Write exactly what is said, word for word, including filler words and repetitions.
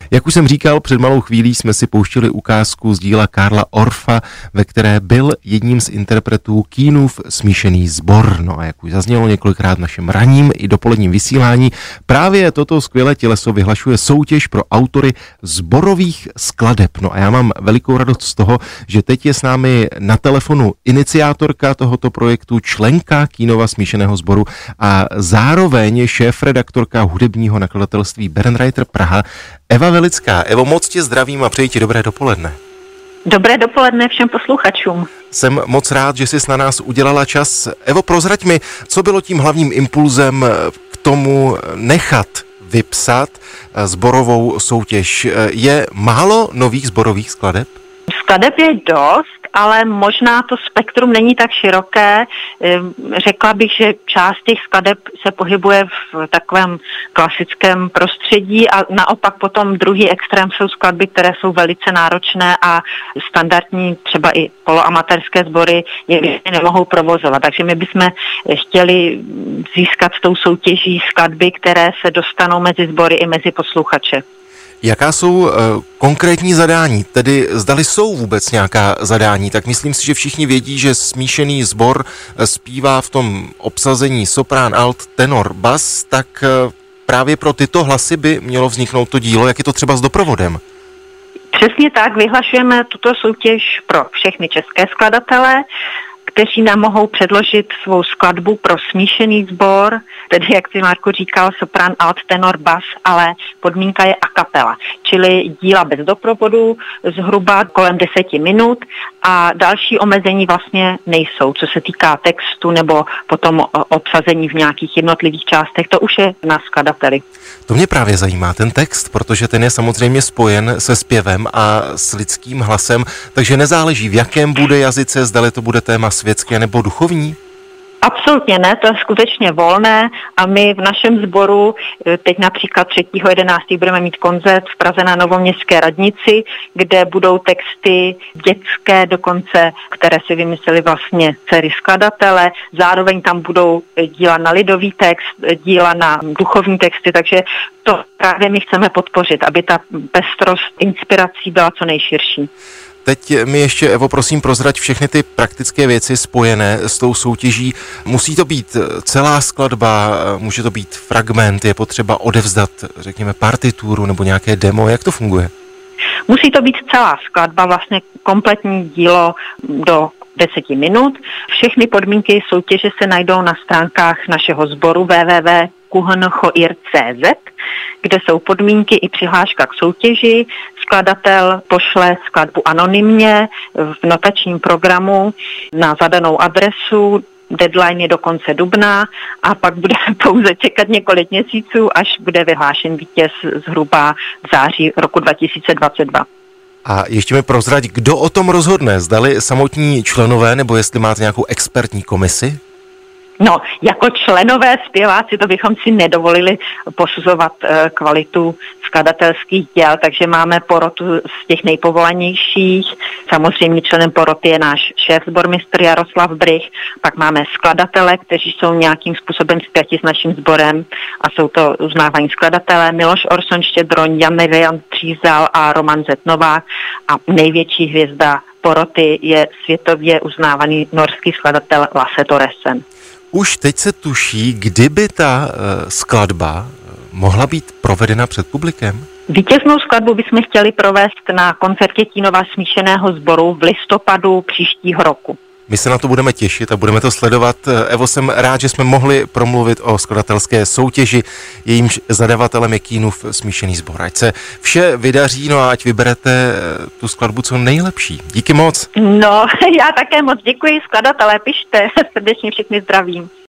Jak už jsem říkal, před malou chvílí jsme si pouštěli ukázku z díla Karla Orfa, ve které byl jedním z interpretů Keenův Smíšený sbor. No a jak už zaznělo několikrát v našem ranním i dopoledním vysílání, právě toto skvělé těleso vyhlašuje soutěž pro autory sborových skladeb. No a já mám velikou radost z toho, že teď je s námi na telefonu iniciátorka tohoto projektu, členka Keenova Smíšeného sboru a zároveň šéfredaktorka hudebního nakladatelství Bernreiter Praha, Eva Velická. Evo, moc tě zdravím a přeji ti dobré dopoledne. Dobré dopoledne všem posluchačům. Jsem moc rád, že jsi na nás udělala čas. Evo, prozrať mi, co bylo tím hlavním impulzem k tomu nechat vypsat sborovou soutěž. Je málo nových sborových skladeb? Skladeb je dost, ale možná to spektrum není tak široké. Řekla bych, že část těch skladeb se pohybuje v takovém klasickém prostředí a naopak potom druhý extrém jsou skladby, které jsou velice náročné a standardní třeba i poloamatérské sbory je nemohou provozovat. Takže my bychom chtěli získat tou soutěží skladby, které se dostanou mezi sbory i mezi posluchače. Jaká jsou uh, konkrétní zadání, tedy zdali jsou vůbec nějaká zadání, tak myslím si, že všichni vědí, že smíšený sbor zpívá v tom obsazení soprán, alt, tenor, bas, tak uh, právě pro tyto hlasy by mělo vzniknout to dílo, jak je to třeba s doprovodem. Přesně tak, vyhlašujeme tuto soutěž pro všechny české skladatele, kteří nám mohou předložit svou skladbu pro smíšený sbor, tedy jak si Marko říkal, soprán, alt, tenor, bas, ale podmínka je a cappella, čili díla bez doprovodu, zhruba kolem deseti minut a další omezení vlastně nejsou, co se týká textu nebo potom obsazení v nějakých jednotlivých částech, to už je na skladateli. To mě právě zajímá, ten text, protože ten je samozřejmě spojen se zpěvem a s lidským hlasem, takže nezáleží, v jakém bude jazyce, zdali to bude téma světské nebo duchovní? Absolutně ne, to je skutečně volné a my v našem sboru teď například třetího jedenáctého budeme mít koncert v Praze na Novoměstské radnici, kde budou texty dětské dokonce, které si vymysleli vlastně dcery skladatele, zároveň tam budou díla na lidový text, díla na duchovní texty, takže to právě my chceme podpořit, aby ta pestrost inspirací byla co nejširší. Teď mi ještě, Evo, prosím, prozrať všechny ty praktické věci spojené s tou soutěží. Musí to být celá skladba, může to být fragment, je potřeba odevzdat, řekněme, partituru nebo nějaké demo, jak to funguje? Musí to být celá skladba, vlastně kompletní dílo do deseti minut. Všechny podmínky soutěže se najdou na stránkách našeho sboru w w w tečka kuhnchoir tečka c z, kde jsou podmínky i přihláška k soutěži. Skladatel pošle skladbu anonymně v notačním programu na zadanou adresu. Deadline je do konce dubna a pak bude pouze čekat několik měsíců, až bude vyhlášen vítěz zhruba v září roku dva tisíce dvacet dva. A ještě mi prozrať, kdo o tom rozhodne? Zdali samotní členové, nebo jestli máte nějakou expertní komisi? No, jako členové zpěváci to bychom si nedovolili posuzovat e, kvalitu skladatelských děl, takže máme porotu z těch nejpovolanějších. Samozřejmě členem poroty je náš šéf sbormistr Jaroslav Brych, pak máme skladatele, kteří jsou nějakým způsobem spjati s naším sborem a jsou to uznávaní skladatelé Miloš Orson Štědroň, Jan Nevejan Třízal a Roman Zet Novák a největší hvězda poroty je světově uznávaný norský skladatel Lasse Thoresen. Už teď se tuší, kdyby ta uh, skladba mohla být provedena před publikem? Vítěznou skladbu bychom chtěli provést na koncertě Keenova Smíšeného sboru v listopadu příštího roku. My se na to budeme těšit a budeme to sledovat. Evo, jsem rád, že jsme mohli promluvit o skladatelské soutěži, jejímž zadavatelem je Keenův Smíšený sbor. Ať se vše vydaří, no a ať vyberete tu skladbu co nejlepší. Díky moc. No, já také moc děkuji, skladatelé, pište, srdečně všechny zdravím.